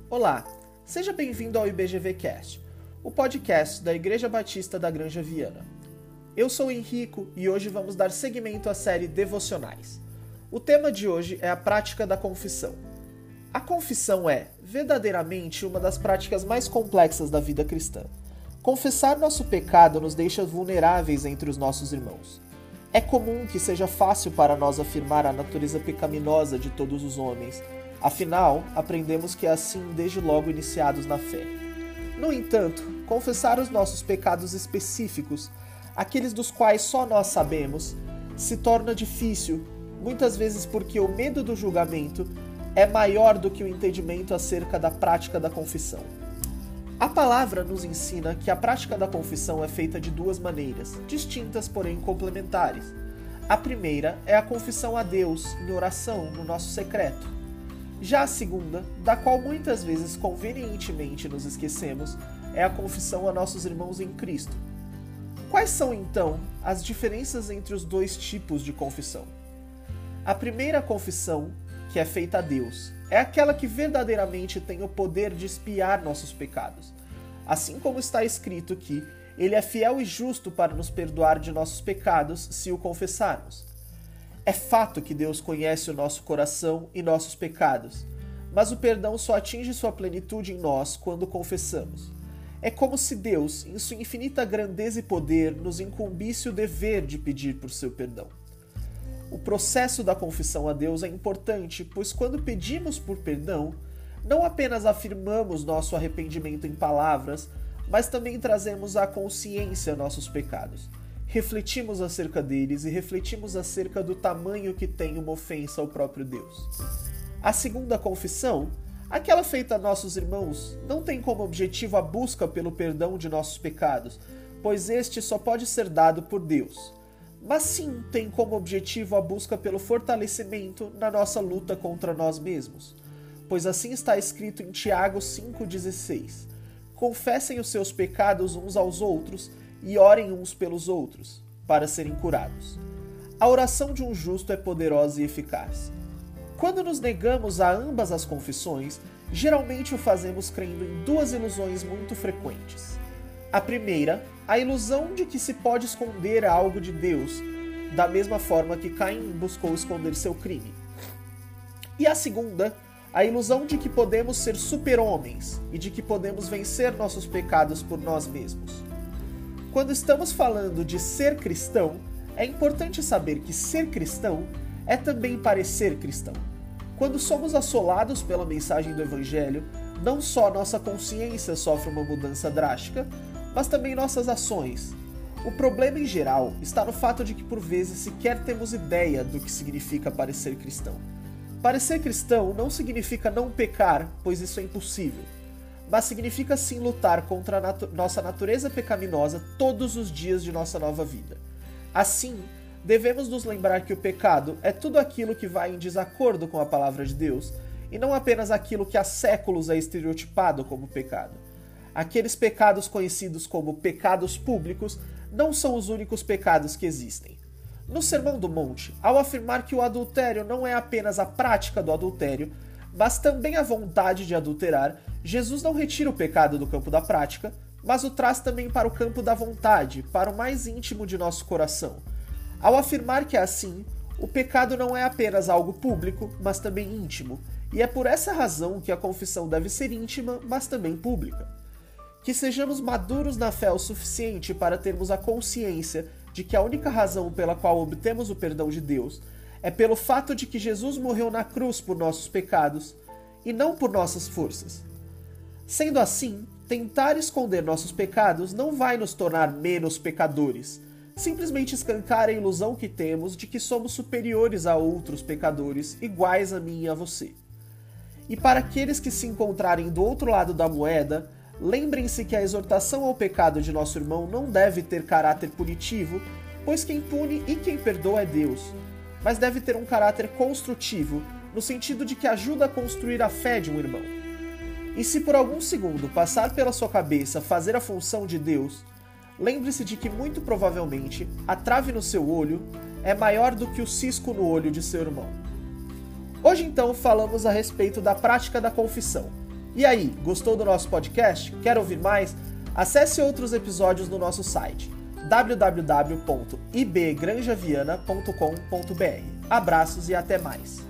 Olá, seja bem-vindo ao IBGVcast, o podcast da Igreja Batista da Granja Viana. Eu sou Henrico e hoje vamos dar seguimento à série Devocionais. O tema de hoje é a prática da confissão. A confissão é, verdadeiramente, uma das práticas mais complexas da vida cristã. Confessar nosso pecado nos deixa vulneráveis entre os nossos irmãos. É comum que seja fácil para nós afirmar a natureza pecaminosa de todos os homens. Afinal, aprendemos que é assim desde logo iniciados na fé. No entanto, confessar os nossos pecados específicos, aqueles dos quais só nós sabemos, se torna difícil, muitas vezes porque o medo do julgamento é maior do que o entendimento acerca da prática da confissão. A palavra nos ensina que a prática da confissão é feita de duas maneiras, distintas porém complementares. A primeira é a confissão a Deus em oração no nosso secreto. Já a segunda, da qual muitas vezes convenientemente nos esquecemos, é a confissão a nossos irmãos em Cristo. Quais são, então, as diferenças entre os dois tipos de confissão? A primeira confissão, que é feita a Deus, é aquela que verdadeiramente tem o poder de expiar nossos pecados. Assim como está escrito que Ele é fiel e justo para nos perdoar de nossos pecados se o confessarmos. É fato que Deus conhece o nosso coração e nossos pecados, mas o perdão só atinge sua plenitude em nós quando confessamos. É como se Deus, em sua infinita grandeza e poder, nos incumbisse o dever de pedir por seu perdão. O processo da confissão a Deus é importante, pois quando pedimos por perdão, não apenas afirmamos nosso arrependimento em palavras, mas também trazemos à consciência nossos pecados. Refletimos acerca deles e refletimos acerca do tamanho que tem uma ofensa ao próprio Deus. A segunda confissão, aquela feita a nossos irmãos, não tem como objetivo a busca pelo perdão de nossos pecados, pois este só pode ser dado por Deus. Mas sim tem como objetivo a busca pelo fortalecimento na nossa luta contra nós mesmos. Pois assim está escrito em Tiago 5,16: Confessem os seus pecados uns aos outros e orem uns pelos outros, para serem curados. A oração de um justo é poderosa e eficaz. Quando nos negamos a ambas as confissões, geralmente o fazemos crendo em duas ilusões muito frequentes. A primeira, a ilusão de que se pode esconder algo de Deus, da mesma forma que Caim buscou esconder seu crime. E a segunda, a ilusão de que podemos ser super-homens e de que podemos vencer nossos pecados por nós mesmos. Quando estamos falando de ser cristão, é importante saber que ser cristão é também parecer cristão. Quando somos assolados pela mensagem do Evangelho, não só nossa consciência sofre uma mudança drástica, mas também nossas ações. O problema em geral está no fato de que por vezes sequer temos ideia do que significa parecer cristão. Parecer cristão não significa não pecar, pois isso é impossível, mas significa sim lutar contra a nossa natureza pecaminosa todos os dias de nossa nova vida. Assim, devemos nos lembrar que o pecado é tudo aquilo que vai em desacordo com a palavra de Deus, e não apenas aquilo que há séculos é estereotipado como pecado. Aqueles pecados conhecidos como pecados públicos não são os únicos pecados que existem. No Sermão do Monte, ao afirmar que o adultério não é apenas a prática do adultério, mas também a vontade de adulterar, Jesus não retira o pecado do campo da prática, mas o traz também para o campo da vontade, para o mais íntimo de nosso coração. Ao afirmar que é assim, o pecado não é apenas algo público, mas também íntimo, e é por essa razão que a confissão deve ser íntima, mas também pública. Que sejamos maduros na fé o suficiente para termos a consciência de que a única razão pela qual obtemos o perdão de Deus é pelo fato de que Jesus morreu na cruz por nossos pecados, e não por nossas forças. Sendo assim, tentar esconder nossos pecados não vai nos tornar menos pecadores, simplesmente escancar a ilusão que temos de que somos superiores a outros pecadores, iguais a mim e a você. E para aqueles que se encontrarem do outro lado da moeda, lembrem-se que a exortação ao pecado de nosso irmão não deve ter caráter punitivo, pois quem pune e quem perdoa é Deus, mas deve ter um caráter construtivo, no sentido de que ajuda a construir a fé de um irmão. E se por algum segundo passar pela sua cabeça fazer a função de Deus, lembre-se de que muito provavelmente a trave no seu olho é maior do que o cisco no olho de seu irmão. Hoje então falamos a respeito da prática da confissão, E aí, gostou do nosso podcast? Quer ouvir mais? Acesse outros episódios no nosso site www.ibgranjaviana.com.br. Abraços e até mais!